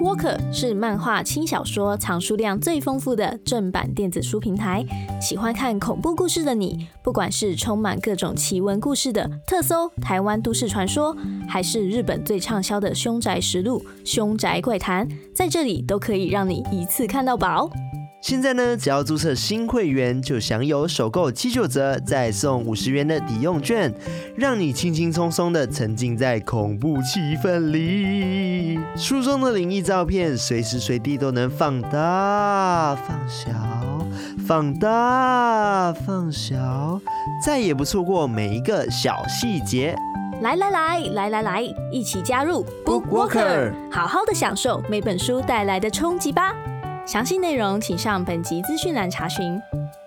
BookWalker 是漫画、轻小说藏书量最丰富的正版电子书平台。喜欢看恐怖故事的你，不管是充满各种奇闻故事的特搜台湾都市传说，还是日本最畅销的凶宅实录、凶宅怪谈，在这里都可以让你一次看到饱。 现在呢，只要注册新会员就享有首购79折，再送50元的抵用券，让你轻轻松松的沉浸在恐怖气氛里。书中的灵异照片随时随地都能放大、放小、放大、放小，再也不错过每一个小细节。 来，一起加入 BookWalker， 好好的享受每本书带来的冲击吧。详细内容请上本集资讯栏查询。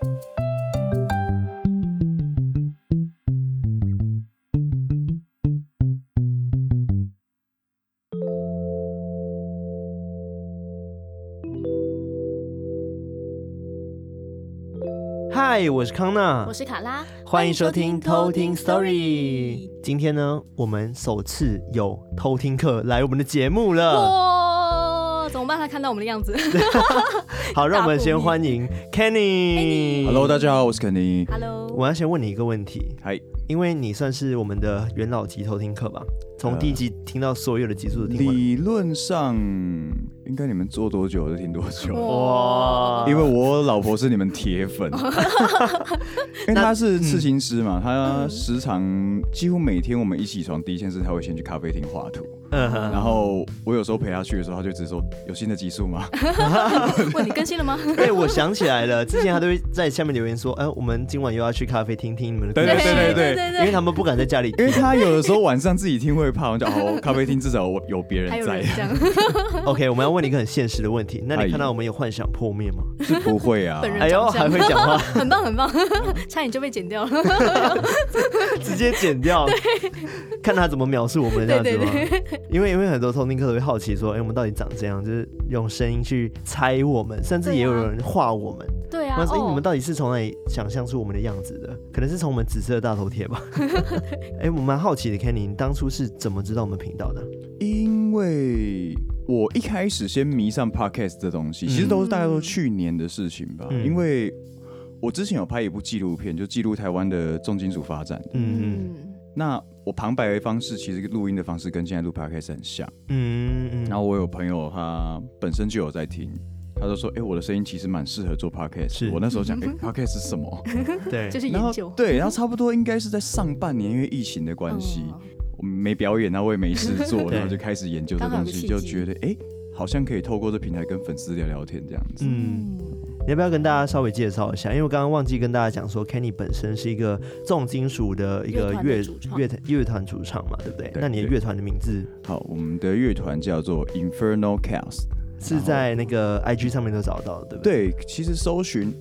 嗨，我是康纳， 我是卡拉， 欢迎收听偷听 Story。今天呢，我们首次有偷听客来我们的节目了。 怎么办？他看到我们的样子。 好，让我们先欢迎 Kenny。Hello， 大家好，我是 Kenny。 Hello， 我要先问你一个问题。 嗨， 因为你算是我们的元老级偷听客吧？从第一集听到所有的集数都听完。 理论上应该你们做多久就听多久。 哇！ 因为我老婆是你们铁粉，因为她是刺青师嘛，她时常几乎每天我们一起床第一件事，她会先去咖啡厅画图。然后我有时候陪她去的时候，她就只说有新的集数吗？ 问你更新了吗？ 对，我想起来了，之前她都会在下面留言说，我们今晚又要去咖啡厅听你们的故事。 对， 因为他们不敢在家里听， 因为她有的时候晚上自己听会怕，我就咖啡厅至少有别人在。 还有人这样。 OK， 我们要问你一个很现实的问题，那你看到我们有幻想破灭吗？ 是不会啊。 哎呦，还会讲话， 很棒，差点就被剪掉了。 直接剪掉，看他怎么描述我们这样子吗？因为很多偷听客都会好奇说，我们到底长这样，就是用声音去猜我们，甚至也有人画我们。 对啊， 你们到底是从哪里想象出我们的样子的？可能是从我们紫色的大头贴吧。我蛮好奇的 ，Kenny， 你当初是怎么知道我们频道的？ 因为我一开始先迷上 podcast 的东西，其实大概都是去年的事情吧。因为我之前有拍一部纪录片，就记录台湾的重金属发展。那我旁白的方式，其实录音的方式跟现在录 podcast 很像。然后我有朋友他本身就有在听。他就说：“我的声音其实蛮适合做 podcast。”我那时候讲，podcast 是什么？ 对， 就是研究。 对，然后差不多应该是在上半年，因为疫情的关系，我没表演，然后我也没事做，然后就开始研究这东西，就觉得好像可以透过这平台跟粉丝聊聊天这样子。 你要不要跟大家稍微介绍一下？因为我刚刚忘记跟大家讲说 ，Kenny 本身是一个重金属的一个乐团主唱嘛，对不对？那你的乐团的名字？ 好，我们的乐团叫做 Infernal Chaos。 是在那个 IG 上面都找到的，对不对？ 对，其实搜寻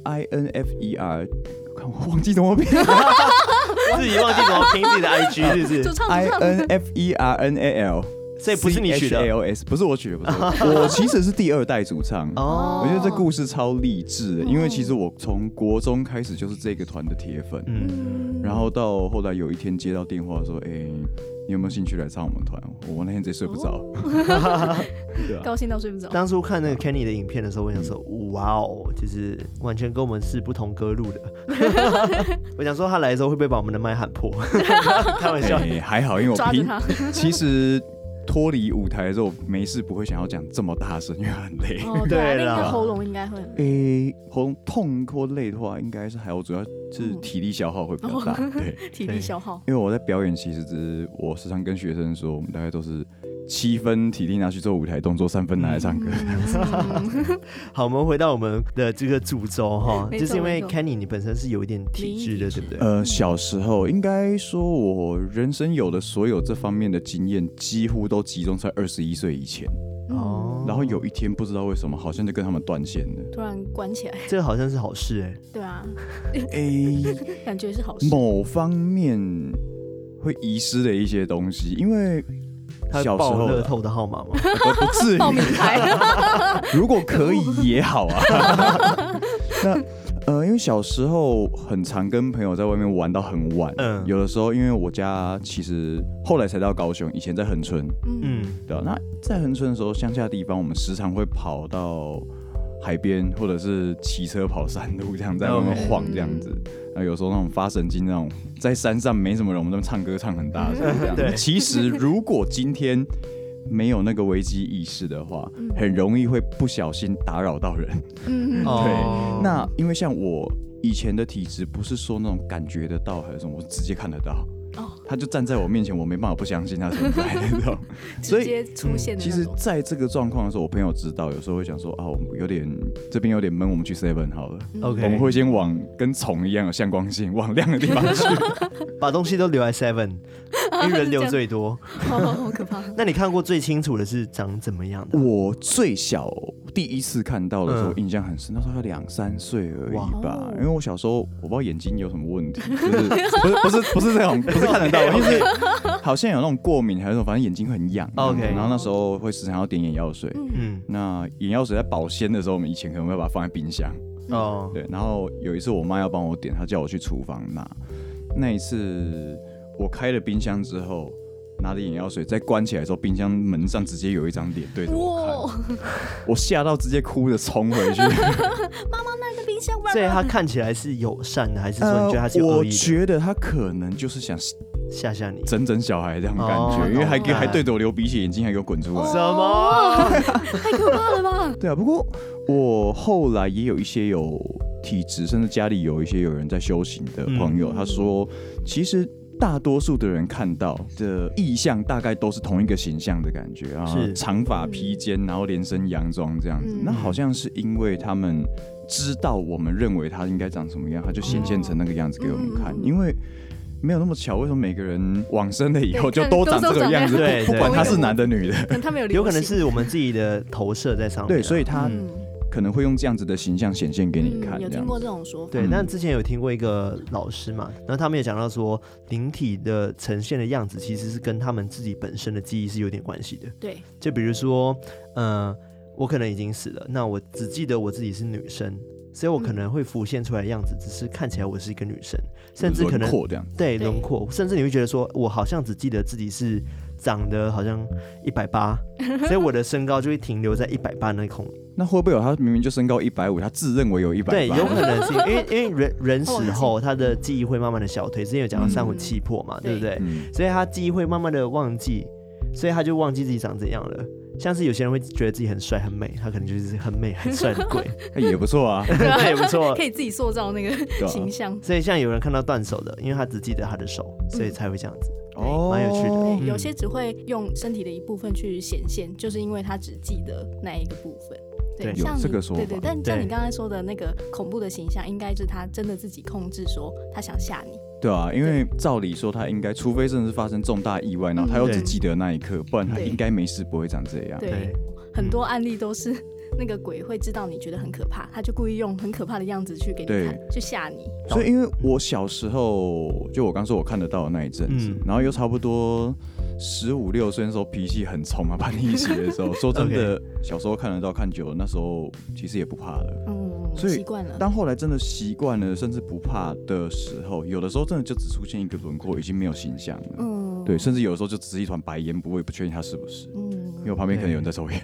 INFER， 我忘记怎么拼， 自己忘记怎么拼自己的 IG， 是不是 ？INFERNAL， 所以不是你取的 ，CHAOS， 不是我取的，不是我其实是第2代主唱。我觉得这故事超励志的，因为其实我从国中开始就是这个团的铁粉，然后到后来有一天接到电话说，你有没有兴趣来唱我们团？我那天直接睡不着， 高兴到睡不着。 当初看那个 Kenny 的影片的时候，我想说，哇哦，就是完全跟我们是不同歌路的。我想说他来的时候会不会把我们的麦喊破？开玩笑， 还好，因为我其实脱离舞台的时候，没事不会想要讲这么大声，因为很累。 对啦，喉咙应该会。 喉咙痛或累的话，应该是还好，主要是体力消耗会比较大。对， 体力消耗。 因为我在表演，其实我时常跟学生说，我们大概都是7分体力拿去做舞台动作，3分拿来唱歌。 好，我们回到我们的这个主轴哈，就是因为 Kenny 你本身是有一点体质的，对不对？ 小时候应该说，我人生有的所有这方面的经验，几乎都集中在21岁以前。然后有一天不知道为什么，好像就跟他们断线了， 突然关起来。 这个好像是好事对啊，感觉是好事。 某方面会遗失的一些东西，因为他小时候报乐透的号码吗？ 不至于， 报名牌。 如果可以也好啊。那因为小时候很常跟朋友在外面玩到很晚，有的时候因为我家其实后来才到高雄，以前在恒春，对啊，那在恒春的时候，乡下地方我们时常会跑到海边，或者是骑车跑山路，这样在外面晃这样子。那有时候那种发神经那种，在山上没什么人，我们在唱歌唱很大声这样子。其实如果今天没有那个危机意识的话，很容易会不小心打扰到人。对，那因为像我以前的体质，不是说那种感觉得到还是什么，我直接看得到。他就站在我面前，我没办法不相信他存在那种，所以直接出现的那种。 其实在这个状况的时候，我朋友知道，有时候会讲说啊，我们这边有点闷，我们去 7 好了。OK， 我们会先往跟虫一样有相关性，往亮的地方去， 把东西都留在 7，因为人流最多。 好可怕。 那你看过最清楚的是长怎么样的？ 我最小第一次看到的时候印象很深，那时候才2、3岁而已吧。因为我小时候我不知道眼睛有什么问题，就是不是这种，不是看得到。就是好像有那种过敏还是什么，反正眼睛很痒。 OK， 然后那时候会时常要点眼药水。那眼药水在保鲜的时候，我们以前可能会把它放在冰箱。对。然后有一次我妈要帮我点，她叫我去厨房拿。那一次我开了冰箱之后，拿着眼药水再关起来的时候，冰箱门上直接有一张脸对着我看，我吓到直接哭着冲回去。 妈妈，那个冰箱。 所以他看起来是友善的，还是说你觉得他是有恶意的？ 我觉得他可能就是想吓吓你， 整小孩这样感觉，因为还对着我流鼻血，眼睛还给我滚出来。 什么？ 太可怕了吧？ 对啊，不过我后来也有一些有体质，甚至家里有一些有人在修行的朋友，他说其实大多数的人看到的意象大概都是同一个形象的感觉啊，长发披肩，然后连身洋装这样子。那好像是因为他们知道我们认为他应该长什么样，他就显现成那个样子给我们看。因为没有那么巧，为什么每个人往生了以后就都长这个样子？ 对， 不管他是男的女的， 他们有可能是我们自己的投射在上面。 对，所以他可能会用这样子的形象显现给你看。 有听过这种说法？ 对，那之前有听过一个老师嘛，然后他们也讲到说，灵体的呈现的样子其实是跟他们自己本身的记忆是有点关系的。 对， 就比如说，我可能已经死了，那我只记得我自己是女生。所以我可能会浮现出来的样子，只是看起来我是一个女生，甚至可能轮廓这样。 对，轮廓，甚至你会觉得说，我好像只记得自己是长得好像180，所以我的身高就会停留在180那空。 那会不会有他明明就身高150，他自认为有180？ 对，有可能是因为人死后，他的记忆会慢慢的消退。之前有讲到三魂七魄嘛，对不对？所以他记忆会慢慢的忘记，所以他就忘记自己长怎样了。像是有些人会觉得自己很帅很美，他可能就是很美很帅的鬼， 也不错啊， 也不错， 可以自己塑造那个形象。 所以像有人看到断手的，因为他只记得他的手，所以才会这样子。蛮有趣的。 对，有些只会用身体的一部分去显现，就是因为他只记得那一个部分。 对，有这个说法。 对，但像你刚才说的那个恐怖的形象，应该是他真的自己控制，说他想吓你。 对啊，因为照理说他应该，除非真的是发生重大意外，然后他又只记得那一刻，不然他应该没事不会长这样。 对，很多案例都是那个鬼会知道你觉得很可怕，他就故意用很可怕的样子去给你看，去吓你。 所以因为我小时候，就我刚说我看得到的那一阵子，然后又差不多15、16岁的时候，脾气很冲啊，叛逆期的时候，说真的，小时候看得到看久了，那时候其实也不怕了。所以习惯了。 当后来真的习惯了，甚至不怕的时候，有的时候真的就只出现一个轮廓，已经没有形象了。对，甚至有的时候就只是一团白烟，我也不确定他是不是。因为我旁边可能有人在抽烟。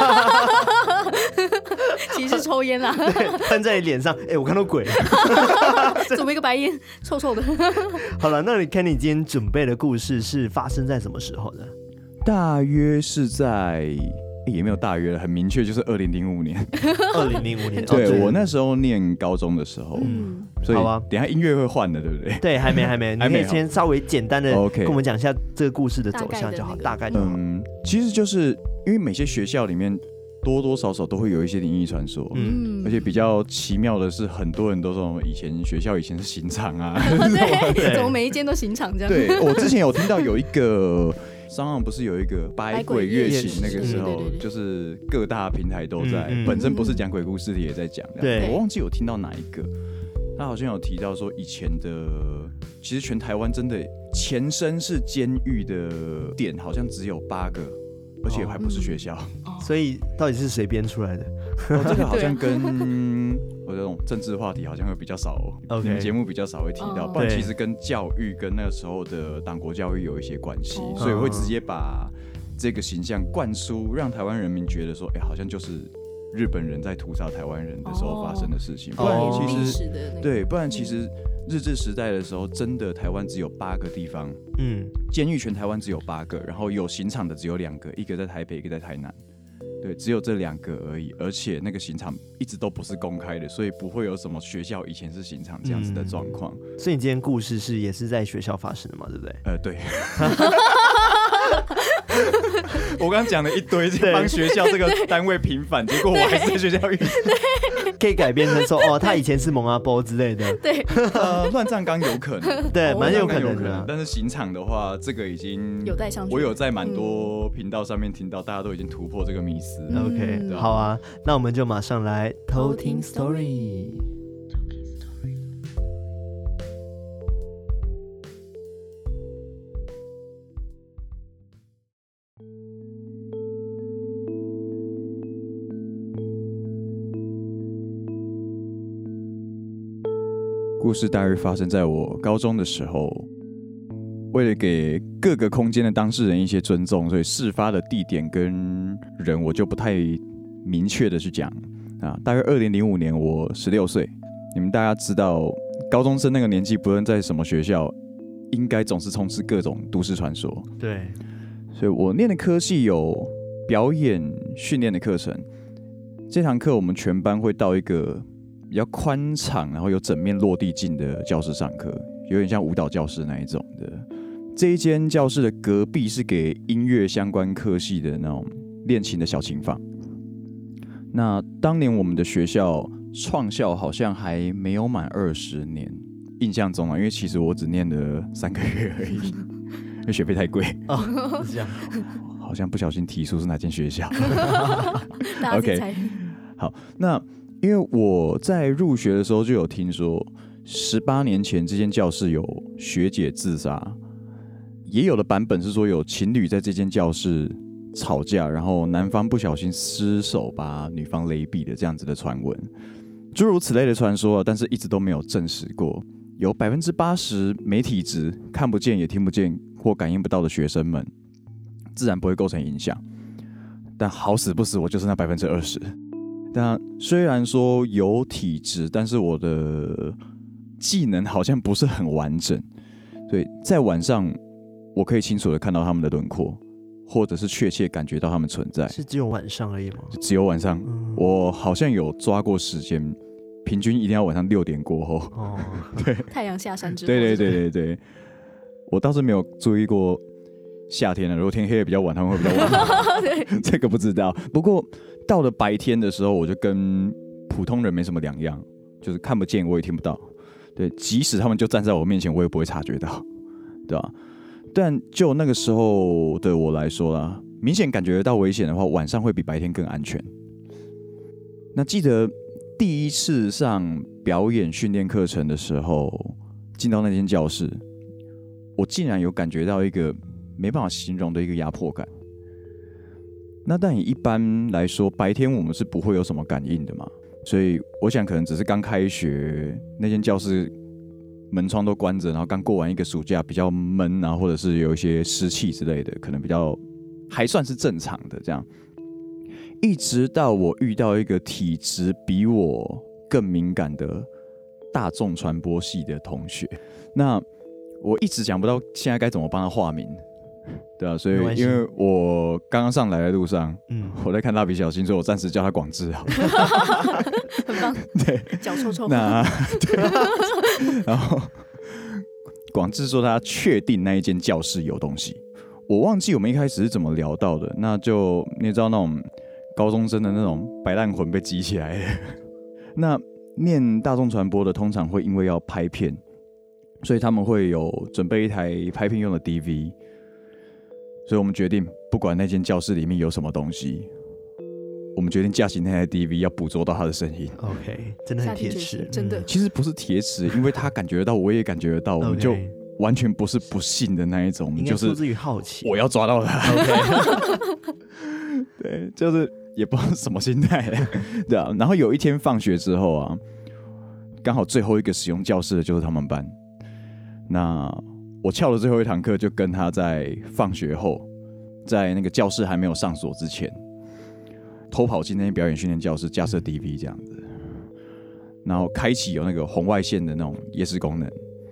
其实是抽烟啦， 喷在你脸上，我看到鬼。 怎么一个白烟，臭臭的。 好了，那你看你今天准备的故事是发生在什么时候的？ 大约是在。也没有大约了，很明确，就是2005年。 2005年， 对，我那时候念高中的时候，所以等一下音乐会换的，对不对？ 对，还没，你可以先稍微简单的跟我们讲一下这个故事的走向就好，大概就好。 其实就是因为每些学校里面多多少少都会有一些灵异传说，而且比较奇妙的是，很多人都说学校以前是刑场啊， 对，怎么每一间都刑场这样？ 对，我之前有听到有一个。商岸不是有一个百鬼月行，那个时候就是各大平台都在，本身不是讲鬼故事的也在讲。 对， 我忘记有听到哪一个，他好像有提到说以前的，其实全台湾真的前身是监狱的点好像只有8个，而且还不是学校， 所以到底是谁编出来的？ 这个好像跟或者这种政治话题好像会比较少， OK 你们节目比较少会提到，不然对其实跟教育跟那个时候的党国教育有一些关系， 哦所以会直接把这个形象灌输，让台湾人民觉得说，好像就是日本人在屠杀台湾人的时候发生的事情，不然其历实史的那个对，不然其实日治时代的时候，真的台湾只有8个地方，监狱全台湾只有8个，然后有刑场的只有2个，一个在台北，一个在台南。对，只有这2个而已，而且那个刑场一直都不是公开的，所以不会有什么学校以前是刑场这样子的状况。 所以你今天故事也是在学校发生的嘛，对不对？ 对。我刚刚讲了一堆，帮学校这个单位平反，结果我还是在学校遇。 可以改编成说他以前是蒙阿波之类的。 对， 乱葬岗有可能， 对，蛮有可能的。 但是刑场的话，这个已经有待商榷。 我有在蛮多频道上面听到，大家都已经突破这个迷思。 OK， 好啊，那我们就马上来偷听 story。 故事大约发生在我高中的时候，为了给各个空间的当事人一些尊重，所以事发的地点跟人我就不太明确的去讲啊。大约2005年，我16岁，你们大家知道，高中生那个年纪，不论在什么学校，应该总是充斥各种都市传说。 对， 所以我念的科系有表演训练的课程。这堂课我们全班会到一个比较宽敞，然后有整面落地镜的教室上课，有点像舞蹈教室那一种的。这一间教室的隔壁是给音乐相关科系的那种练琴的小琴房。那当年我们的学校创校好像还没有满20年，印象中啊，因为其实我只念了3个月而已，因为学费太贵。 是这样。 好像不小心提出是哪间学校。 大家自己猜。 好，那因为我在入学的时候就有听说，18年前这间教室有学姐自杀，也有的版本是说有情侣在这间教室吵架，然后男方不小心失手把女方勒毙的这样子的传闻，诸如此类的传说，但是一直都没有证实过。有80%没体质、看不见也听不见或感应不到的学生们，自然不会构成影响。但好死不死，我就是那20%。但虽然说有体质，但是我的技能好像不是很完整，所以在晚上我可以清楚的看到他们的轮廓，或者是确切感觉到他们存在。 是只有晚上而已吗？ 只有晚上。我好像有抓过时间，平均一定要晚上6点过后。对， 太阳下山之后。 对，我倒是没有注意过夏天了，如果天黑的比较晚，他们会比较晚。这个不知道。不过到了白天的时候，我就跟普通人没什么两样，就是看不见我也听不到。对，即使他们就站在我面前，我也不会察觉到，对吧？但就那个时候的我来说啦，明显感觉到危险的话，晚上会比白天更安全。那记得第一次上表演训练课程的时候，进到那间教室，我竟然有感觉到一个没办法形容的一个压迫感。那但以一般来说，白天我们是不会有什么感应的嘛，所以我想可能只是刚开学，那间教室门窗都关着，然后刚过完一个暑假，比较闷啊，或者是有一些湿气之类的，可能比较还算是正常的这样。一直到我遇到一个体质比我更敏感的大众传播系的同学，那我一直想不到现在该怎么帮他化名。对啊，所以因为我刚刚上来的路上，我在看蜡笔小新，所以我暂时叫他广志好。 很棒。 对， 脚臭臭。 那对，然后广志说他确定那一间教室有东西，我忘记我们一开始是怎么聊到的。那就你也知道那种高中生的那种白烂魂被激起来的。那念大众传播的通常会因为要拍片，所以他们会有准备一台拍片用的 DV。所以我们决定，不管那间教室里面有什么东西，我们决定架起那台 DV， 要捕捉到他的声音。 OK， 真的很铁齿， 真的。 其实不是铁齿，因为他感觉得到，我也感觉得到，我们就完全不是不信的那一种， 应该出自于好奇。 我要抓到他。 OK， 对，就是也不知道什么心态对啊。然后有一天放学之后啊，刚好最后一个使用教室的就是他们班。那我翘了最后一堂课，就跟他在放学后，在那个教室还没有上锁之前，偷跑进那间表演训练教室，架设 DV 这样子，然后开启有那个红外线的那种夜视功能，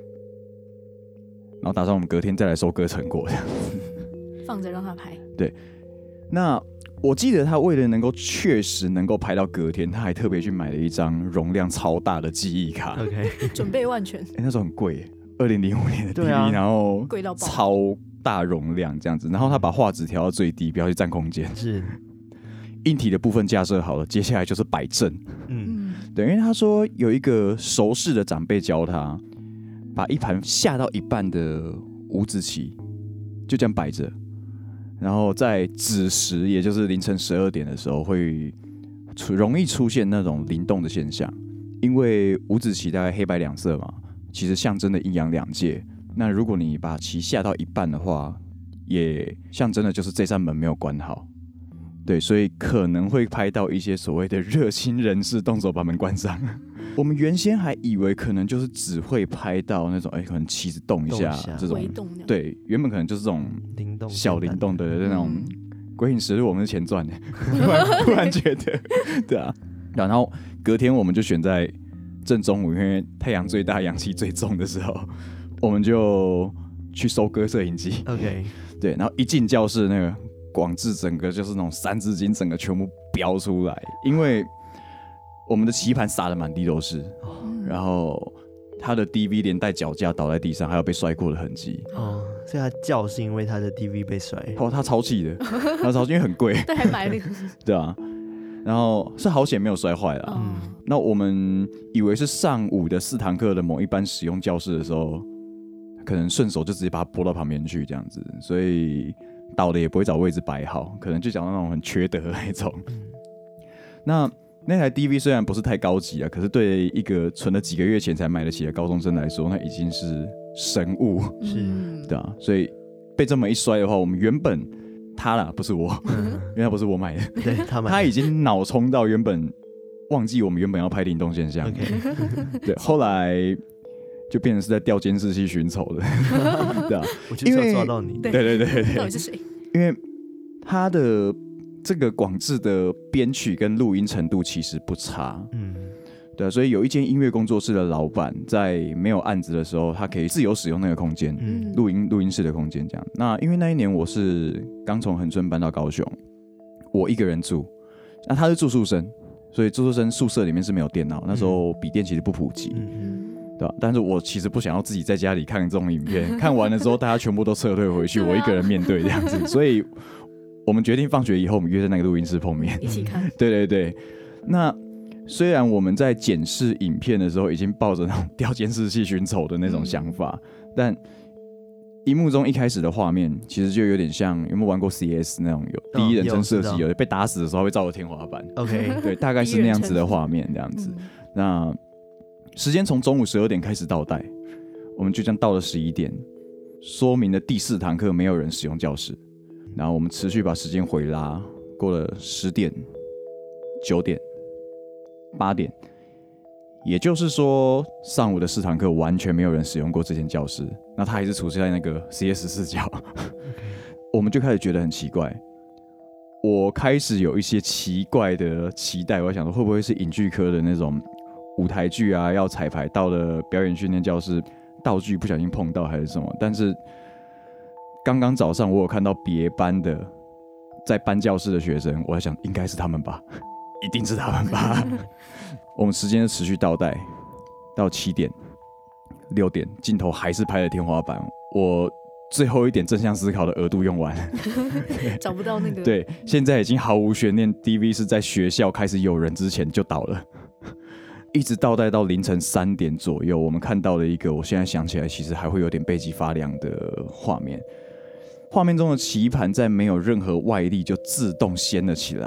然后打算我们隔天再来收割成果这样子， 放着让他拍。 对，那我记得他为了能够确实能够拍到隔天，他还特别去买了一张容量超大的记忆卡。 OK， 准备万全。 那时候很贵，2005年的 DV，然后贵到爆， 超大容量这样子，然后他把画质调到最低，不要去占空间。 是， 硬体的部分架设好了，接下来就是摆正。对，因为他说有一个熟识的长辈教他，把一盘下到一半的五子棋就这样摆着，然后在子时，也就是凌晨12点的时候，会容易出现那种灵动的现象，因为五子棋大概黑白两色嘛，其实象征的阴阳两界。那如果你把棋下到一半的话，也象征的就是这扇门没有关好。对，所以可能会拍到一些所谓的热心人士动手把门关上。我们原先还以为可能就是只会拍到那种，可能棋子动一下这种，对，原本可能就是这种小灵动的那种。鬼影实录我们是前传的，突然觉得，对啊。然后隔天我们就选在正中午，因为太阳最大、阳气最重的时候，我们就去收割摄影机。 OK， 对，然后一进教室那个。广智整个就是那种三字经，整个全部飙出来，因为我们的棋盘撒的满地都是，然后他的 DV 连带脚架倒在地上，还有被摔过的痕迹。 所以他叫是因为他的 DV 被摔。 他超气的，他超气，因为很贵， 对，还买了一个， 对啊。然后是好险没有摔坏了。那我们以为是上午的4堂课的某一班使用教室的时候，可能顺手就直接把它拨到旁边去这样子，所以。倒的也不会找位置摆好，可能就讲到那种很缺德的那种。那台 DV 虽然不是太高级啊，可是对一个存了几个月前才买得起的高中生来说，那已经是神物， 是， 对啊。所以被这么一摔的话，我们原本他啦，不是我，因为他不是我买的， 对他买的， 他已经脑冲到原本忘记我们原本要拍灵动现象。 Okay 对，后来。就变成是在调监视器寻仇的，对啊， 我就是要抓到你， 对， 到底是谁？ 因为他的这个广智的编曲跟录音程度其实不差，对啊，所以有一间音乐工作室的老板在没有案子的时候，他可以自由使用那个空间，录音室的空间这样。那因为那一年我是刚从恒春搬到高雄，我一个人住，那他是住宿生，所以住宿生宿舍里面是没有电脑，那时候笔电其实不普及。对吧？但是我其实不想要自己在家里看这种影片，看完了之后大家全部都撤退回去，我一个人面对这样子，所以我们决定放学以后，我们约在那个录音室碰面， 一起看。 对。那虽然我们在检视影片的时候已经抱着那种调监视器寻仇的那种想法，但荧幕中一开始的画面其实就有点像，有没有玩过 CS 那种有第一人称射击，有被打死的时候会照着天花板。 OK， 对，大概是那样子的画面这样子。那时间从中午12点开始倒带，我们就这样到了11点，说明了第4堂课没有人使用教室。然后我们持续把时间回拉，过了10点、9点、8点，也就是说上午的4堂课完全没有人使用过这间教室。那他还是处在那个 CS 视角，我们就开始觉得很奇怪。我开始有一些奇怪的期待，我想说会不会是影剧科的那种。舞台剧啊，要彩排到了表演训练教室，道具不小心碰到还是什么？但是刚刚早上我有看到别班的在搬教室的学生，我在想应该是他们吧，一定是他们吧。我们时间就持续倒带到7点、6点，镜头还是拍了天花板。我最后一点正向思考的额度用完， 找不到那个。 对，现在已经毫无悬念 ，DV 是在学校开始有人之前就倒了。一直倒带到凌晨3点左右，我们看到了一个我现在想起来其实还会有点背脊发凉的画面。画面中的棋盘在没有任何外力就自动掀了起来，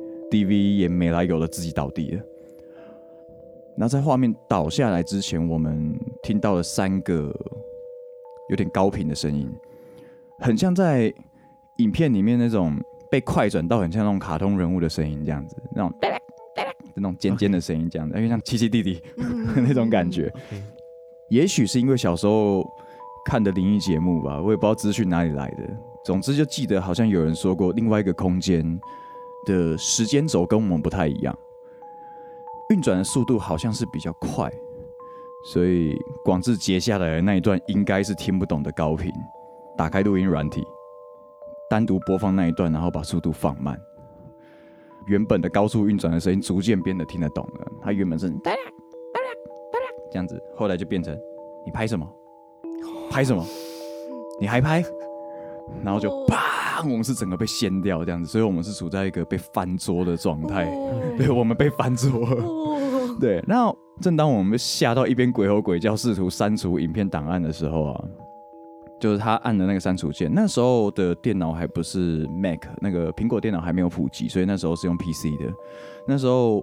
DV 也没来由的自己倒地了。那在画面倒下来之前，我们听到了3个有点高频的声音，很像在影片里面那种被快转到很像那种卡通人物的声音这样子，那种那种尖尖的声音这样子，因为像七七弟弟那种感觉。也许是因为小时候看的灵异节目吧，我也不知道资讯哪里来的。总之就记得好像有人说过，另外一个空间的时间轴跟我们不太一样，运转的速度好像是比较快，所以广志截下来的那一段应该是听不懂的高频。打开录音软体，单独播放那一段，然后把速度放慢。原本的高速运转的声音逐渐变得听得懂了，它原本是这样子，后来就变成你拍什么？拍什么？你还拍？然后就砰，我们是整个被掀掉这样子，所以我们是处在一个被翻桌的状态。对，我们被翻桌了。对，那正当我们吓到一边鬼吼鬼叫，试图删除影片档案的时候啊，就是他按的那个删除键。那时候的电脑还不是 Mac， 那个苹果电脑还没有普及，所以那时候是用 PC 的。那时候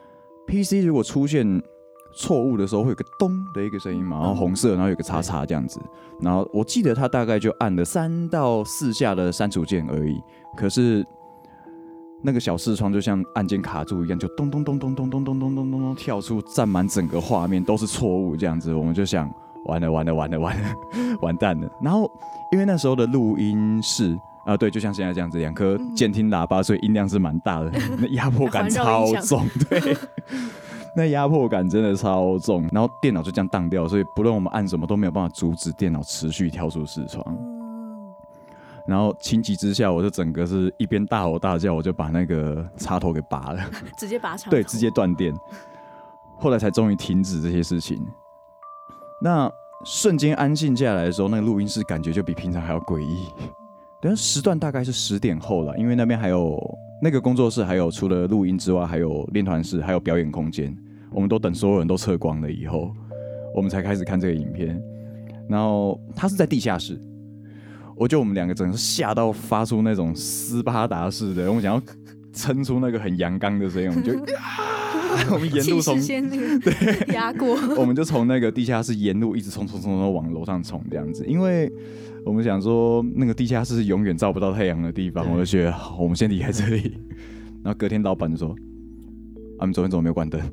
PC 如果出现错误的时候，会有个咚的一个声音嘛，然后红色，然后有个叉叉这样子。然后我记得他大概就按了3到4下的删除键而已，可是那个小视窗就像按键卡住一样，就咚咚咚咚咚咚咚咚咚咚跳出，占满整个画面都是错误这样子。我们就想完了完了完了完了完蛋了。然后因为那时候的录音室对，就像现在这样子，2颗监听喇叭，所以音量是蛮大的，那压迫感超重，对。那压迫感真的超重，然后电脑就这样当掉，所以不论我们按什么都没有办法阻止电脑持续跳出视窗。然后情急之下，我就整个是一边大吼大叫，我就把那个插头给拔了， 直接拔插头， 对，直接断电。后来才终于停止这些事情。那瞬间安静下来的时候，那个录音室感觉就比平常还要诡异。但时段大概是10点后了，因为那边还有那个工作室，还有除了录音之外，还有练团室，还有表演空间。我们都等所有人都撤光了以后，我们才开始看这个影片。然后它是在地下室，我觉得我们2个整个吓到发出那种斯巴达式的，我们想要撑出那个很阳刚的声音，我们就我们沿路从先那个压过， 我们就从那个地下室沿路一直冲往楼上冲这样子，因为我们想说那个地下室是永远照不到太阳的地方，我就觉得好，我们先离开这里。然后隔天老板就说：“你们昨天怎么没有关灯？”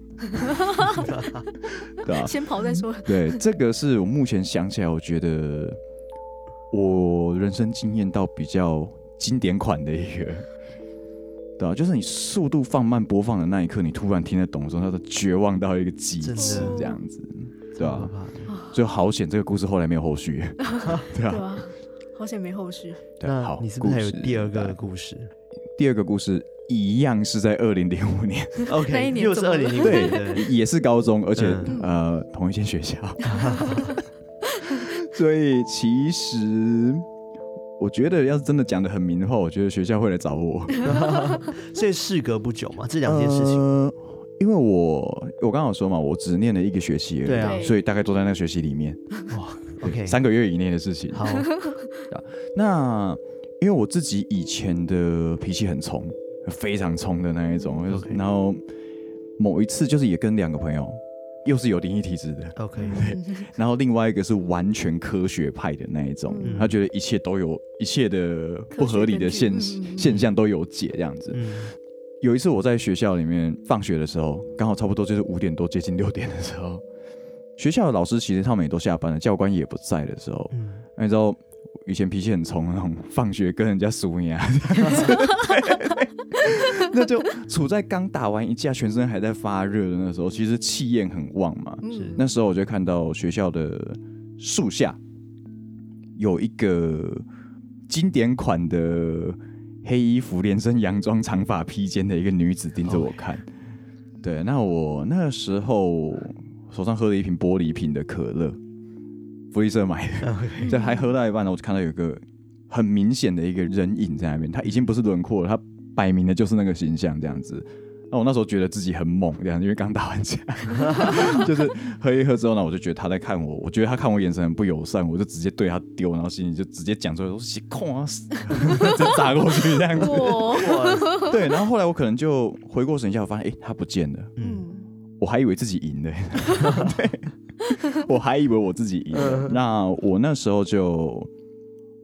对啊， 先跑再说。 对，这个是我目前想起来，我觉得我人生经验到比较经典款的一个。对啊，就是你速度放慢播放的那一刻，你突然听得懂的时候，它的绝望到一个极致，这样子，对吧？所以好险，这个故事后来没有后续，对啊， 好险没后续。 那好，你是不是还有第2个故事？ 第2个故事一样是在2005年 ，OK， 又是2005年， 对，也是高中，而且同一间学校，所以其实。我觉得要是真的讲得很明的话，我觉得学校会来找我。 所以事隔不久嘛，这2件事情。 因为我刚刚有说嘛，我只念了1个学期而已， 对啊， 所以大概都在那个学期里面。 哇 ，OK， 3个月以内的事情。 好， 那因为我自己以前的脾气很冲，非常冲的那一种， okay. 然后某一次就是也跟2个朋友。又是有灵异体质的 ，OK， 然后另外一个是完全科学派的那一种，他觉得一切都有一切的不合理的现象都有解这样子。有一次我在学校里面放学的时候，刚好差不多就是5点多接近6点的时候，学校的老师其实他们也都下班了，教官也不在的时候，你知道以前脾气很冲那种，放学跟人家输赢，那就处在刚打完一架，全身还在发热的那时候，其实气焰很旺嘛。那时候我就看到学校的树下有一个经典款的黑衣服、连身洋装、长发披肩的一个女子盯着我看。对，那我那时候手上喝了一瓶玻璃瓶的可乐，福利社买的，就还喝到一半，我就看到有一个很明显的一个人影在那边，他已经不是轮廓了，他摆明的就是那个形象这样子。那我那时候觉得自己很猛这样，因为刚打完架，就是喝一喝之后呢，我就觉得他在看我，我觉得他看我眼神很不友善，我就直接对他丢，然后心里就直接讲出来说“空啊”，就砸过去这样子。对，然后后来我可能就回过神一下，我发现他不见了。我还以为自己赢了，对，我还以为我自己赢了。那我那时候就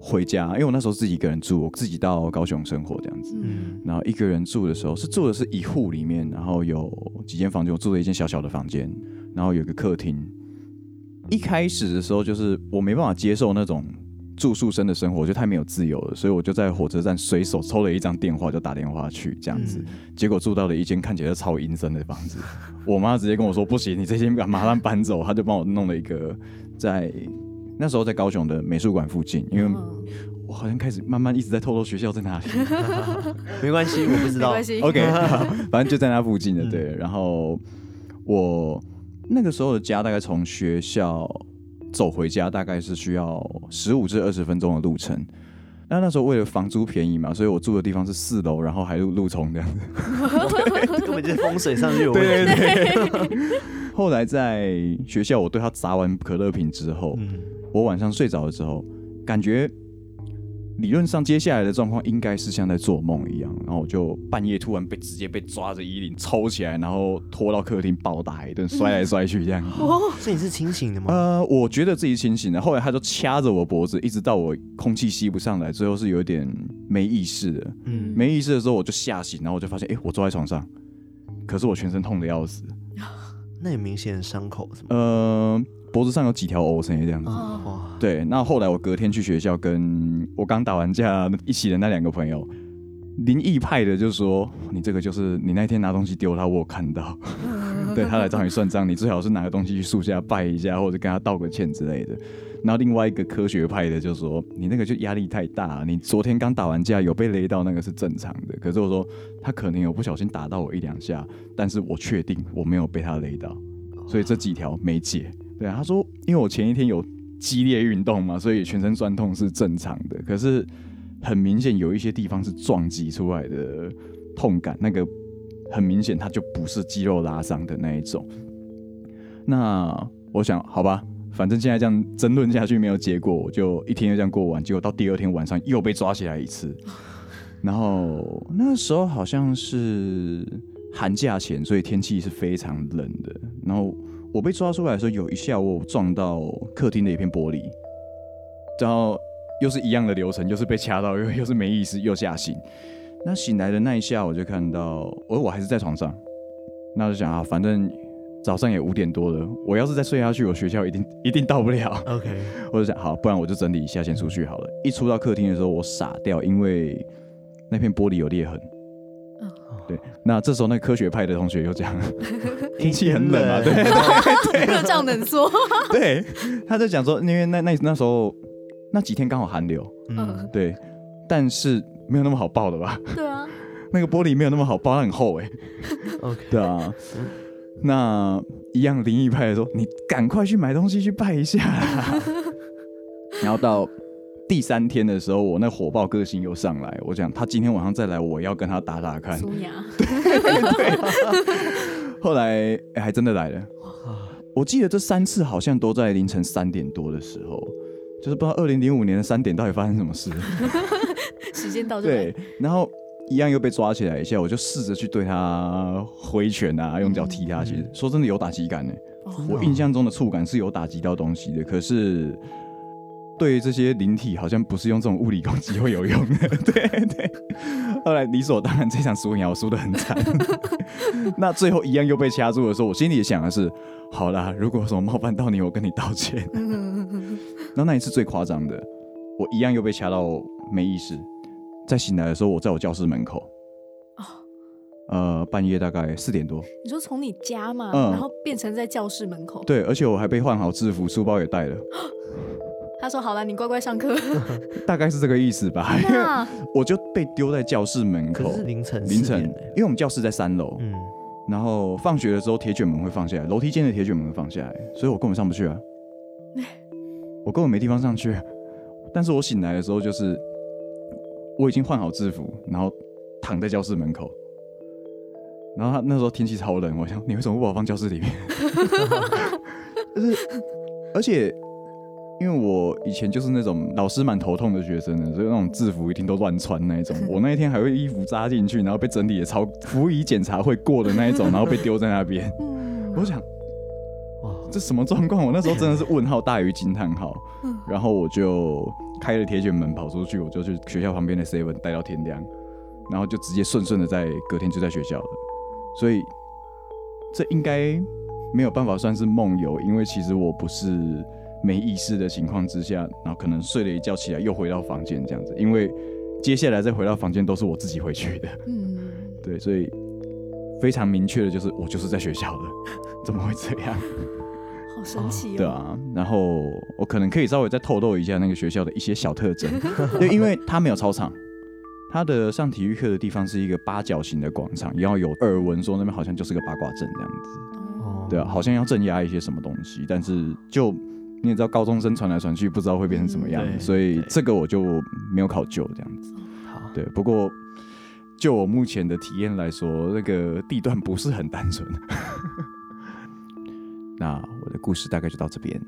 回家，因为我那时候自己一个人住，我自己到高雄生活这样子。然后一个人住的时候，住的是一户里面，然后有几间房间，我住了一间小小的房间，然后有一个客厅。一开始的时候，就是我没办法接受那种住宿生的生活，就太没有自由了，所以我就在火车站随手抽了一张电话，就打电话去这样子。结果住到了一间看起来超阴森的房子，我妈直接跟我说：“不行，你这间马上搬走。”她就帮我弄了一个那时候在高雄的美术馆附近，因为我好像开始慢慢一直在透露学校在哪里。 没关系，我不知道。 没关系 OK， 反正就在那附近的，对。然后我那个时候的家大概从学校走回家大概是需要15至20分钟的路程。那时候为了房租便宜嘛，所以我住的地方是4楼，然后还路冲这样子。 根本就是风水上就有问题。 对。后来在学校，我对他砸完可乐瓶之后，我晚上睡着的时候，感觉理论上接下来的状况应该是像在做梦一样，然后我就半夜突然直接被抓着衣领抽起来，然后拖到客厅暴打一顿，摔来摔去这样。 所以你是清醒的吗？ 我觉得自己清醒的，后来他就掐着我脖子，一直到我空气吸不上来，最后是有点没意识的。没意识的时候我就吓醒，然后我就发现，我坐在床上，可是我全身痛得要死。 那有明显的伤口是吗？ 脖子上有几条藕痕这样子。对，那后来我隔天去学校，跟我刚打完架一起的那2个朋友，灵异派的就说：“你这个就是你那天拿东西丢他，我有看到。对，他来找你算账，你最好是拿个东西去树下拜一下，或者跟他道个歉之类的。”然后另外一个科学派的就说：“你那个就压力太大，你昨天刚打完架有被勒到，那个是正常的。可是我说他可能有不小心打到我1-2下，但是我确定我没有被他勒到，所以这几条没解。”对啊，他说因为我前一天有激烈运动嘛，所以全身酸痛是正常的。可是很明显有一些地方是撞击出来的痛感，那个很明显它就不是肌肉拉伤的那一种。那我想好吧，反正现在这样争论下去没有结果，我就一天就这样过完。结果到第2天晚上又被抓起来一次，然后那时候好像是寒假前，所以天气是非常冷的。然后我被抓出来的时候，有一下我撞到客厅的一片玻璃，然后又是一样的流程，又是被掐到，又是没意识，又吓醒。那醒来的那一下，我就看到我还是在床上，那就想反正早上也5点多了，我要是再睡下去，我学校一定到不了。 OK， 我就想好，不然我就整理一下先出去好了。一出到客厅的时候，我傻掉，因为那片玻璃有裂痕。对，那这时候那个科学派的同学又讲，天气很冷嘛，对， 热胀冷缩。 对，他就讲说，因为那时候那几天刚好寒流，对，但是没有那么好抱的吧？ 对啊， 那个玻璃没有那么好抱，它很厚 OK， 对啊，那一样灵异派的说，你赶快去买东西去拜一下啦。然后到第3天的时候，我那火爆个性又上来，我讲他今天晚上再来，我要跟他打打看。 苏牙， 对。后来还真的来了。我记得这3次好像都在凌晨3点多的时候，就是不知道2005年的3点到底发生什么事。 时间到就来。 对，然后一样又被抓起来一下，我就试着去对他挥拳啊，用脚踢他。其实说真的有打击感呢，我印象中的触感是有打击到东西的，可是对于这些灵体好像不是用这种物理攻击会有用的。对对，后来理所当然这场输赢我输得很惨。那最后一样又被掐住的时候，我心里也想的是，好啦，如果有什么冒犯到你，我跟你道歉。然后那一次最夸张的，我一样又被掐到没意识，在醒来的时候，我在我教室门口。半夜大概4点多。 你说从你家嘛，然后变成在教室门口。 对，而且我还被换好制服，书包也带了。 他说：“好了，你乖乖上课。” 大概是这个意思吧。因为我就被丢在教室门口。 可是凌晨， 因为我们教室在3楼，然后放学的时候铁卷门会放下来，楼梯间的铁卷门会放下来，所以我根本上不去啊。我根本没地方上去。但是我醒来的时候，就是我已经换好制服，然后躺在教室门口。然后那时候天气超冷，我想你为什么不把我放教室里面？就是而且因为我以前就是那种老师蛮头痛的学生的，所以那种制服一定都乱穿那一种。我那一天还会衣服扎进去，然后被整理的超服仪检查会过的那一种，然后被丢在那边。我想，哇，这什么状况？我那时候真的是问号大于惊叹号。然后我就开了铁卷门跑出去，我就去学校旁边的 7 待到天亮，然后就直接顺的在隔天就在学校了。所以这应该没有办法算是梦游，因为其实我不是没意识的情况之下，然后可能睡了一觉起来又回到房间这样子，因为接下来再回到房间都是我自己回去的。对，所以非常明确的就是我就是在学校的，怎么会这样？ 好神奇哦。 对啊，然后我可能可以稍微再透露一下那个学校的一些小特征，对，因为它没有操场，它的上体育课的地方是一个八角形的广场，然后有耳闻说那边好像就是个八卦阵这样子，对啊，好像要镇压一些什么东西，但是就你也知道高中生传来传去，不知道会变成什么样，所以这个我就没有考究这样子。对，不过就我目前的体验来说，那个地段不是很单纯。那我的故事大概就到这边。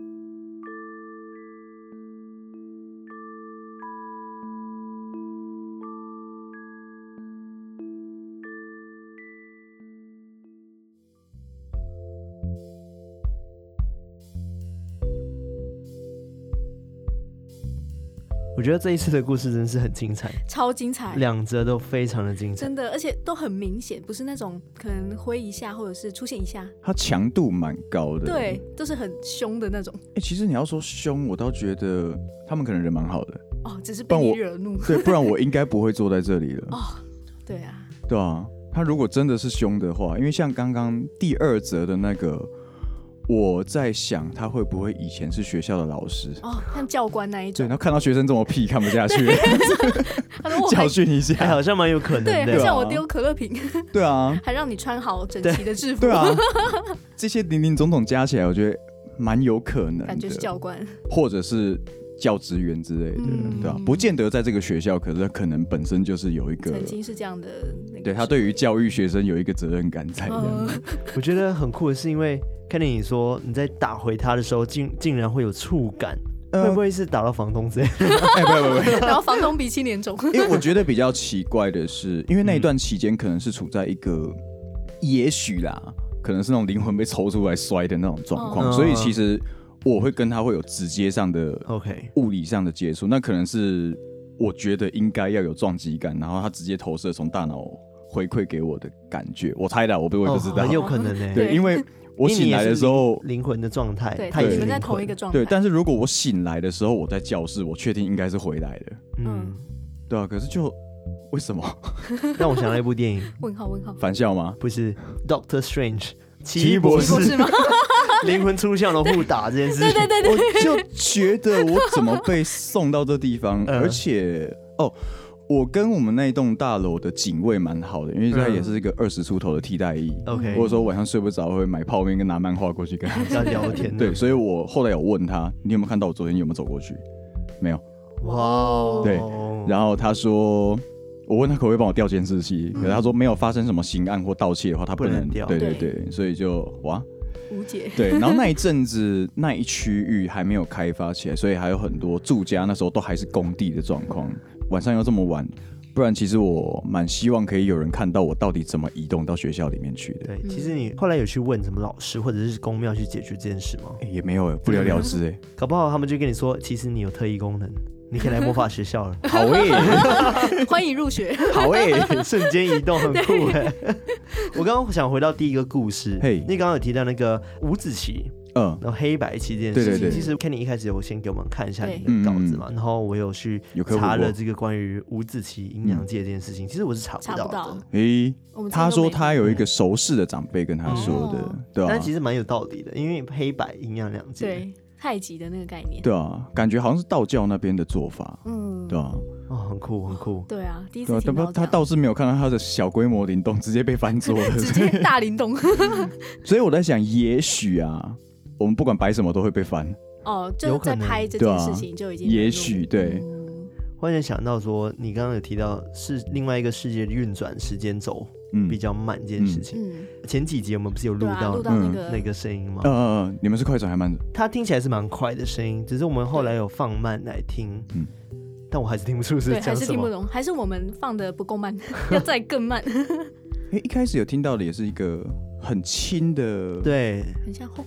我觉得这一次的故事真是很精彩， 超精彩， 两则都非常的精彩， 真的，而且都很明显，不是那种可能挥一下或者是出现一下， 它强度蛮高的， 对，都是很凶的那种。 其实你要说凶，我倒觉得他们可能人蛮好的， 只是被你惹怒， 对，不然我应该不会坐在这里了。 对啊， 对啊，他如果真的是凶的话，因为像刚刚第二则的那个。我在想他会不会以前是学校的老师像教官那一种， 对，他看到学生这么屁看不下去，教训一下， 好像蛮有可能的， 对，像我丢可乐瓶， 对啊， 还让你穿好整齐的制服， 对啊，这些林林总总加起来，我觉得蛮有可能的， 感觉是教官， 或者是教职员之类的，对吧？不见得在这个学校，可是他可能本身就是有一个曾经是这样的， 对他对于教育学生有一个责任感在这样子。 我觉得很酷的是，因为看见你说你在打回他的时候，竟然会有触感，会不会是打到房东之类的？ 不， 然后房东鼻青脸肿。 因为我觉得比较奇怪的是，因为那一段期间可能是处在一个，也许啦，可能是那种灵魂被抽出来摔的那种状况，所以其实我会跟他会有直接上的物理上的接触，那可能是我觉得应该要有撞击感，然后他直接投射从大脑回馈给我的感觉，我猜的，我不知道， 很有可能呢。 对，因为我醒来的时候， 灵魂的状态， 对，你们在同一个状态。 对，但是如果我醒来的时候我在教室，我确定应该是回来的。对啊，可是就为什么？ 让我想到一部电影， 问号？ 返校吗？ 不是 ，Doctor Strange， 奇异博士吗？ 灵魂出窍的互打这件事情， 对， 我就觉得我怎么被送到这地方，而且我跟我们那一栋大楼的警卫蛮好的，因为他也是一个20出头的替代役，或者说晚上睡不着会买泡面跟拿漫画过去跟他聊天。 对，所以我后来有问他，你有没有看到我昨天有没有走过去？没有。 哇， 对，然后他说，我问他可不可以帮我调监视器，可是他说没有发生什么刑案或盗窃的话，他不能调。对，所以就哇。 无解。 对，然后那一阵子那一区域还没有开发起来，所以还有很多住家那时候都还是工地的状况，晚上又这么晚，不然其实我蛮希望可以有人看到我到底怎么移动到学校里面去的。 对，其实你后来有去问什么老师或者是公庙去解决这件事吗？ 也没有，不了了之。 搞不好他们就跟你说，其实你有特异功能，你可以来魔法学校了。 好欢迎入学。 好瞬间移动很酷哎。我刚刚想回到第一个故事，你刚刚有提到那个五子棋，然后黑白棋这件事情，对，其实 Kenny 一开始有先给我们看一下你的稿子嘛，然后我有去查了这个关于五子棋阴阳界这件事情，其实我是查不到的。 他说他有一个熟识的长辈跟他说的，对啊， 但其实蛮有道理的，因为黑白阴阳两界， 对太极的那个概念， 对啊，感觉好像是道教那边的做法，对啊， 很酷很酷， 对啊，第一次听到。 他倒是没有看到他的小规模灵动直接被翻桌了， 直接大灵动。 所以我在想，也许啊，我们不管摆什么都会被翻。 就在拍这件事情就已经也许对。 忽然想到说，你刚刚有提到是另外一个世界的运转时间轴比较慢这件事情。前几集我们不是有录到那个声音吗？ 你们是快转还慢的？ 它听起来是蛮快的声音，只是我们后来有放慢来听，但我还是听不出是讲什么， 还是听不懂，还是我们放的不够慢，要再更慢。 一开始有听到的也是一个很轻的， 对， 很像吼吼，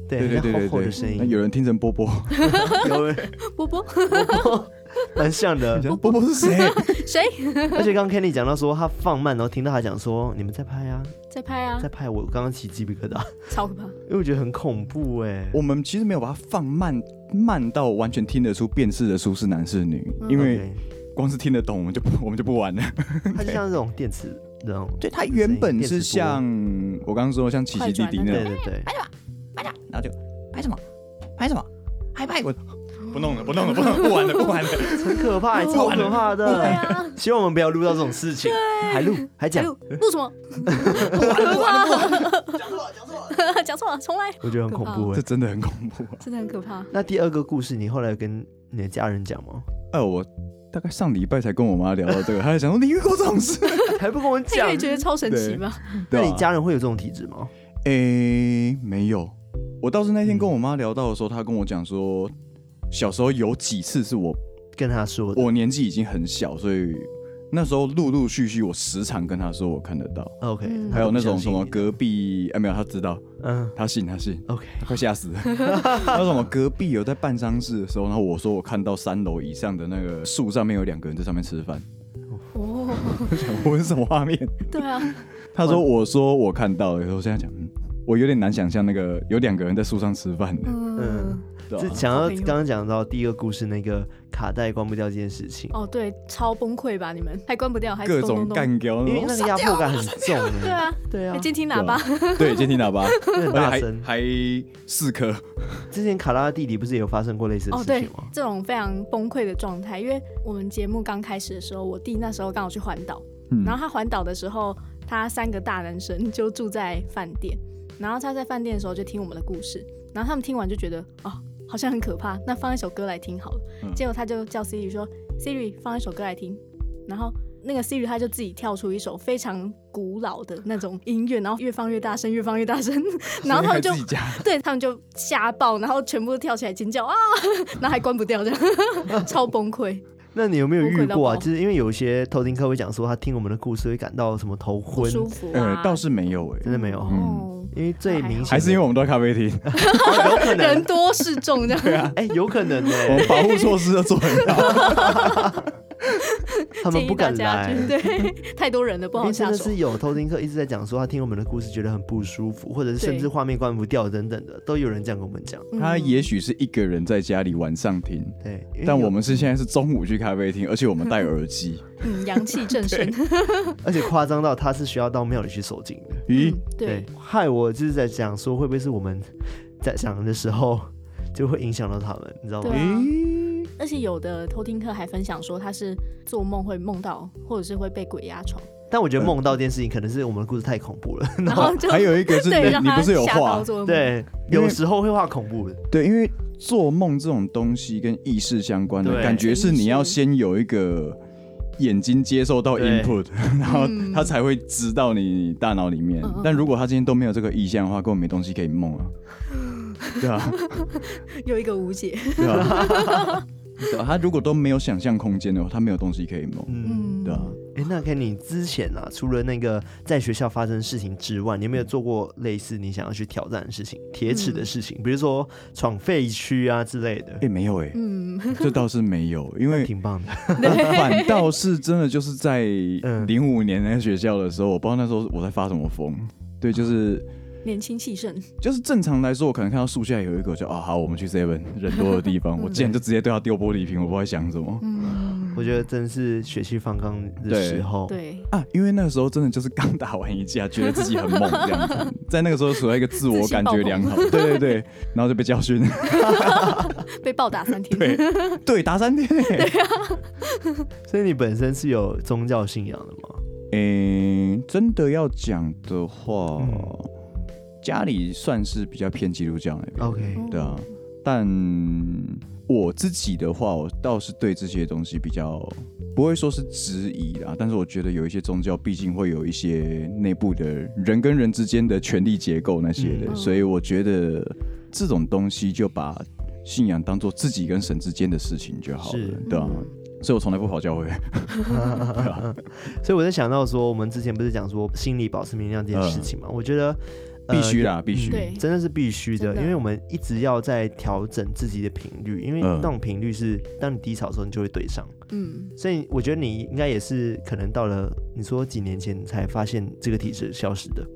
对，厚厚的声音， 有人听成波波， 有人波波蛮像的。 波波是谁？ 谁？ 而且刚刚 Kenny 讲到说他放慢，然后听到他讲说你们在拍啊， 在拍啊， 在拍，我刚刚起鸡皮疙瘩， 超可怕。 因为我觉得很恐怖哎。 我们其实没有把它放慢到完全听得出辨识得出是男是女，因为光是听得懂我们就不玩了。 它就像这种电池那种， 对，它原本是像我刚刚说像奇奇弟弟那种， 对， 然后就拍什么，我不弄了，不玩了， 很可怕，超可怕的。 对啊， 希望我们不要录到这种事情，还录还讲， 录什么？ 不玩了， 讲错了，重来。 我觉得很恐怖， 这真的很恐怖， 真的很可怕。 那第二个故事，你后来跟你的家人讲吗？ 我大概上礼拜才跟我妈聊到这个，她在想说你遇过这种事， 还不跟我讲， 你也觉得超神奇吧？ 那你家人会有这种体质吗？ 没有。我倒是那天跟我妈聊到的时候，她跟我讲说，小时候有几次是我跟她说的， 我年纪已经很小，所以那时候陆陆续续我时常跟她说我看得到。 OK， 还有那种什么隔壁没有，她知道，他信 ，OK， 他快吓死了。还有什么隔壁有在办丧事的时候，然后我说我看到3楼以上的那个树上面有2个人在上面吃饭。 哦， 我是什么画面？ 对啊。 他说我说我看到了，我现在讲，我有点难想象那个有2个人在树上吃饭的。 就想要刚刚讲到第一个故事那个卡带关不掉这件事情。 哦，对，超崩溃吧？你们还关不掉，还各种干掉， 因为那个压迫感很重。对啊， 监听喇叭， 对，监听喇叭， 很大声， 还4颗。 之前卡拉的弟弟不是也有发生过类似的事情吗？ 这种非常崩溃的状态，因为我们节目刚开始的时候，我弟那时候刚好去环岛，然后他环岛的时候，他3个大男生就住在饭店，然后他在饭店的时候就听我们的故事，然后他们听完就觉得好像很可怕，那放一首歌来听好了。结果他就叫 Siri 说 ：“Siri 放一首歌来听。”然后那个 Siri 他就自己跳出一首非常古老的那种音乐，然后越放越大声，越放越大声，然后他们就对他们就吓爆，然后全部都跳起来尖叫啊，然后还关不掉，这样超崩溃。 那你有没有遇过啊？就是因为有些偷听客会讲说，他听我们的故事会感到什么头昏、 不舒服啊？ 倒是没有真的没有。因为最明显还是因为我们都在咖啡厅， 有可能人多势众这样。 对啊， 有可能我们保护措施都做很好。 他们不敢来， 对，太多人了，不好下手。 真的是有偷听客一直在讲说，他听我们的故事觉得很不舒服，或者是甚至画面关不掉等等的，都有人这样跟我们讲。 他也许是一个人在家里晚上听， 对， 但我们现在是中午去咖啡厅，而且我们戴耳机， 阳气正盛， 而且夸张到他是需要到庙里去收金的。 咦， 对，害我就是在讲说，会不会是我们在讲的时候就会影响到他们，你知道吗？ 而且有的偷听客还分享说，他是做梦会梦到，或者是会被鬼压床。 但我觉得梦到这件事情，可能是我们的故事太恐怖了。 然后就还有一个是你不是有画？ 对，有时候会画恐怖的。 对，因为做梦这种东西跟意识相关的感觉，是你要先有一个眼睛接受到 input， 然后他才会知道你大脑里面。但如果他今天都没有这个意象的话，根本没东西可以梦啊。对啊， 有一个无解。 对啊。他如果都没有想象空间的话，他没有东西可以梦。对啊。 那跟你之前啊，除了那个在学校发生的事情之外，你有没有做过类似你想要去挑战的事情、铁齿的事情，比如说闯废区啊之类的？ 没有这倒是没有，因为挺棒的。 反倒是真的就是在05年那个学校的时候，我不知道那时候我在发什么疯。对，就是年轻气盛， 就是正常来说，我可能看到树下有一个，就好，我们去 7 人多的地方，我竟然就直接对他丢玻璃瓶，我不知道在想什么。 我觉得真是血气方刚的时候。 对啊，因为那个时候真的就是刚打完一架，觉得自己很猛这样子，在那个时候处在一个自我感觉良好，对，然后就被教训， 被暴打3天， 对，打3天。 对啊， 所以你本身是有宗教信仰的吗？ 真的要讲的话，家里算是比较偏基督教那边。 OK， 对啊，但我自己的话，我倒是对这些东西比较不会说是质疑啦，但是我觉得有一些宗教毕竟会有一些内部的人跟人之间的权力结构那些的，所以我觉得这种东西就把信仰当作自己跟神之间的事情就好了，对啊。所以我从来不跑教会。 所以我在想到说，我们之前不是讲说心理保持明亮这件事情嘛？我觉得必须啦，必须， 对， 真的是必须的，因为我们一直要在调整自己的频率，因为那种频率是当你低潮的时候，你就会对上。所以我觉得你应该也是可能到了你说几年前才发现这个体质消失的。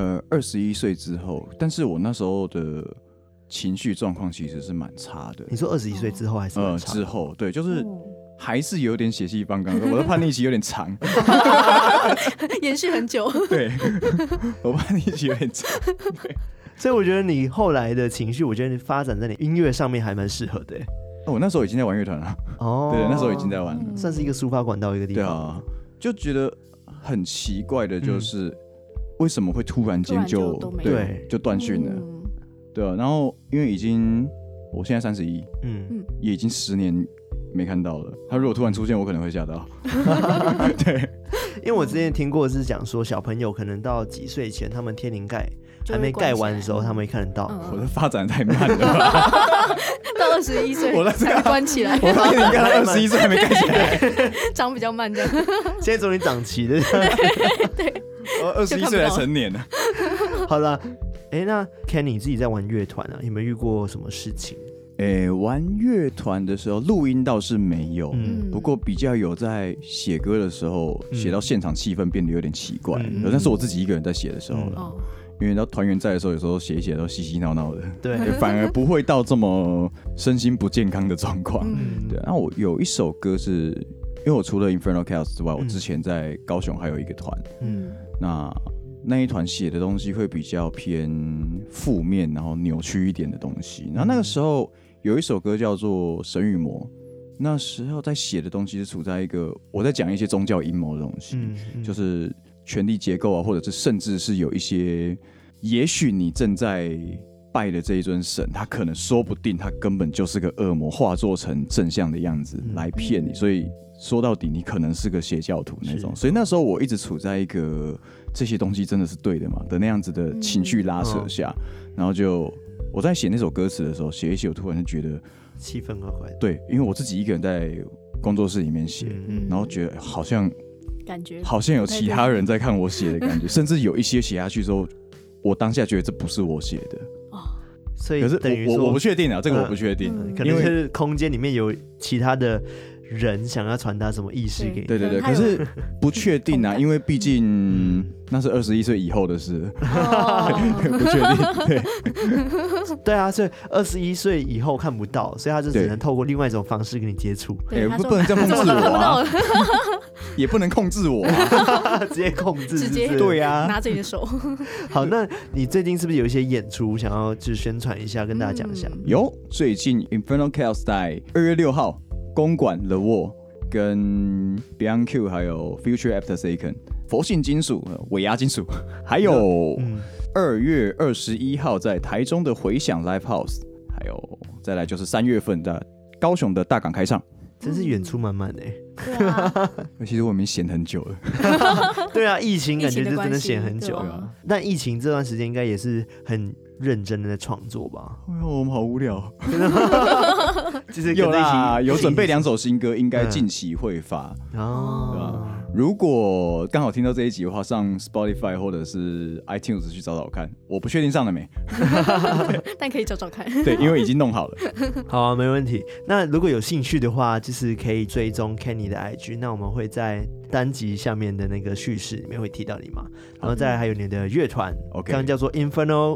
21岁之后，但是我那时候的情绪状况其实是蛮差的。 你说21岁之后还是蛮差的？ 之后对，就是还是有点血气方刚，我的叛逆期有点长， 延续很久。 对，我叛逆期有点长。 所以我觉得你后来的情绪，我觉得你发展在你音乐上面还蛮适合的。 我那时候已经在玩乐团了。对，那时候已经在玩了， 算是一个抒发管道一个地方。 对啊，就觉得很奇怪的就是。为什么会突然间就断讯了？对啊，然后因为我现在31，也已经10年没看到了。他如果突然出现，我可能会吓到。对， 因为我之前听过是讲说，小朋友可能到几岁前，他们天灵盖还没盖完的时候，他们会看得到。 我的发展太慢了吧。 到21岁才关起来。 我天灵盖到21岁还没盖起来， 长比较慢这样。 现在终于长齐了。 对。 我21岁才成年了。 好了，那 Kenny 自己在玩乐团啊，有没有遇过什么事情？ 玩乐团的时候，录音倒是没有，不过比较有在写歌的时候，写到现场气氛变得有点奇怪。但是我自己一个人在写的时候了，因为到团员在的时候，有时候写一写都嬉嬉闹闹的， 对， 反而不会到这么身心不健康的状况。对，那我有一首歌是。因为我除了 Infernal Chaos 之外，我之前在高雄还有一个团，那一团写的东西会比较偏负面，然后扭曲一点的东西。然后那个时候有一首歌叫做《神与魔》，那时候在写的东西是处在一个我在讲一些宗教阴谋的东西，就是权力结构啊，或者是甚至是有一些，也许你正在拜的这一尊神，他可能说不定他根本就是个恶魔，化作成正向的样子来骗你，所以。说到底，你可能是个邪教徒那种，所以那时候我一直处在一个这些东西真的是对的嘛的那样子的情绪拉扯下，然后我在写那首歌词的时候，写一写，我突然就觉得气氛怪怪的。对， 因为我自己一个人在工作室里面写，然后觉得好像有其他人在看我写的感觉，甚至有一些写下去之后，我当下觉得这不是我写的。 所以可是等于说我不确定啊，这个我不确定， 可能是空间里面有其他的。人想要传达什么意识给你？ 对，可是不确定啊，因为毕竟那是21岁以后的事，不确定。 对啊，所以21岁以后看不到，所以他就只能透过另外一种方式跟你接触。 不能这样控制我啊，也不能控制我啊， 直接控制， 直接对啊， 拿着你的手。 好，那你最近是不是有一些演出想要就是宣传一下，跟大家讲一下？ 有，最近 Infernal Chaos 在2月6号。公馆 The Wall 跟 Beyond Q 还有 Future After Second 佛性金属尾牙金属，还有2月21号在台中的回响 Live House， 还有再来就是3月份的高雄的大港开唱， 真是演出满满对啊， 其实我已经闲很久了。 对啊，疫情感觉就真的闲很久了。但疫情这段时间应该也是很认真的在创作吧？ 我们好无聊。 就是有啦，有准备2首新歌，应该近期会发。对吧？如果刚好听到这一集的话，上 Spotify 或者是 iTunes 去找找看，我不确定上了没， 但可以找找看。 对，因为已经弄好了。 好啊，没问题。那如果有兴趣的话，就是可以追踪 Kenny 的 IG， 那我们会在单集下面的那个叙事里面会提到你嘛，然后再来还有你的乐团，刚刚叫做 Infernal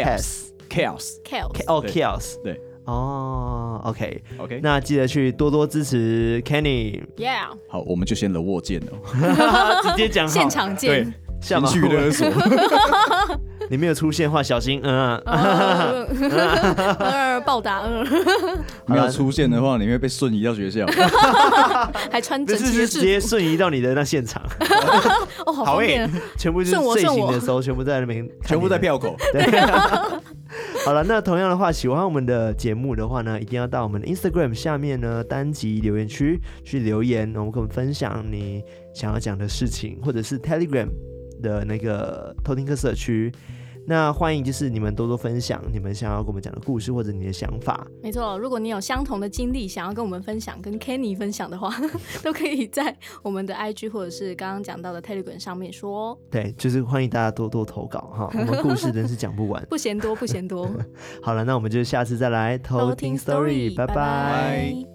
Chaos， 对。哦 ，OK， 那记得去多多支持 Kenny。Yeah， 好，我们就先冷握见哦， 直接讲好， 现场见， 情绪勒索。 你没有出现的话，小心， 暴打， 没有出现的话，你会被瞬移到学校， 还穿整齐的制服， 直接瞬移到你的那现场。 哦，好方便， 全部就是睡醒的时候，全部在那边， 全部在票口。 好了，那同样的话，喜欢我们的节目的话呢，一定要到我们的 Instagram 下面呢单集留言区去留言，我们跟我们分享你想要讲的事情，或者是 Telegram 的那个偷听客社区， 那欢迎就是你们多多分享你们想要跟我们讲的故事或者你的想法。 没错，如果你有相同的经历想要跟我们分享，跟 Kenny 分享的话都可以在我们的 IG 或者是刚刚讲到的 Telegram 上面说。 对，就是欢迎大家多多投稿哈，我们故事真是讲不完不嫌多不嫌多好了，那我们就下次再来偷听 story， 拜拜。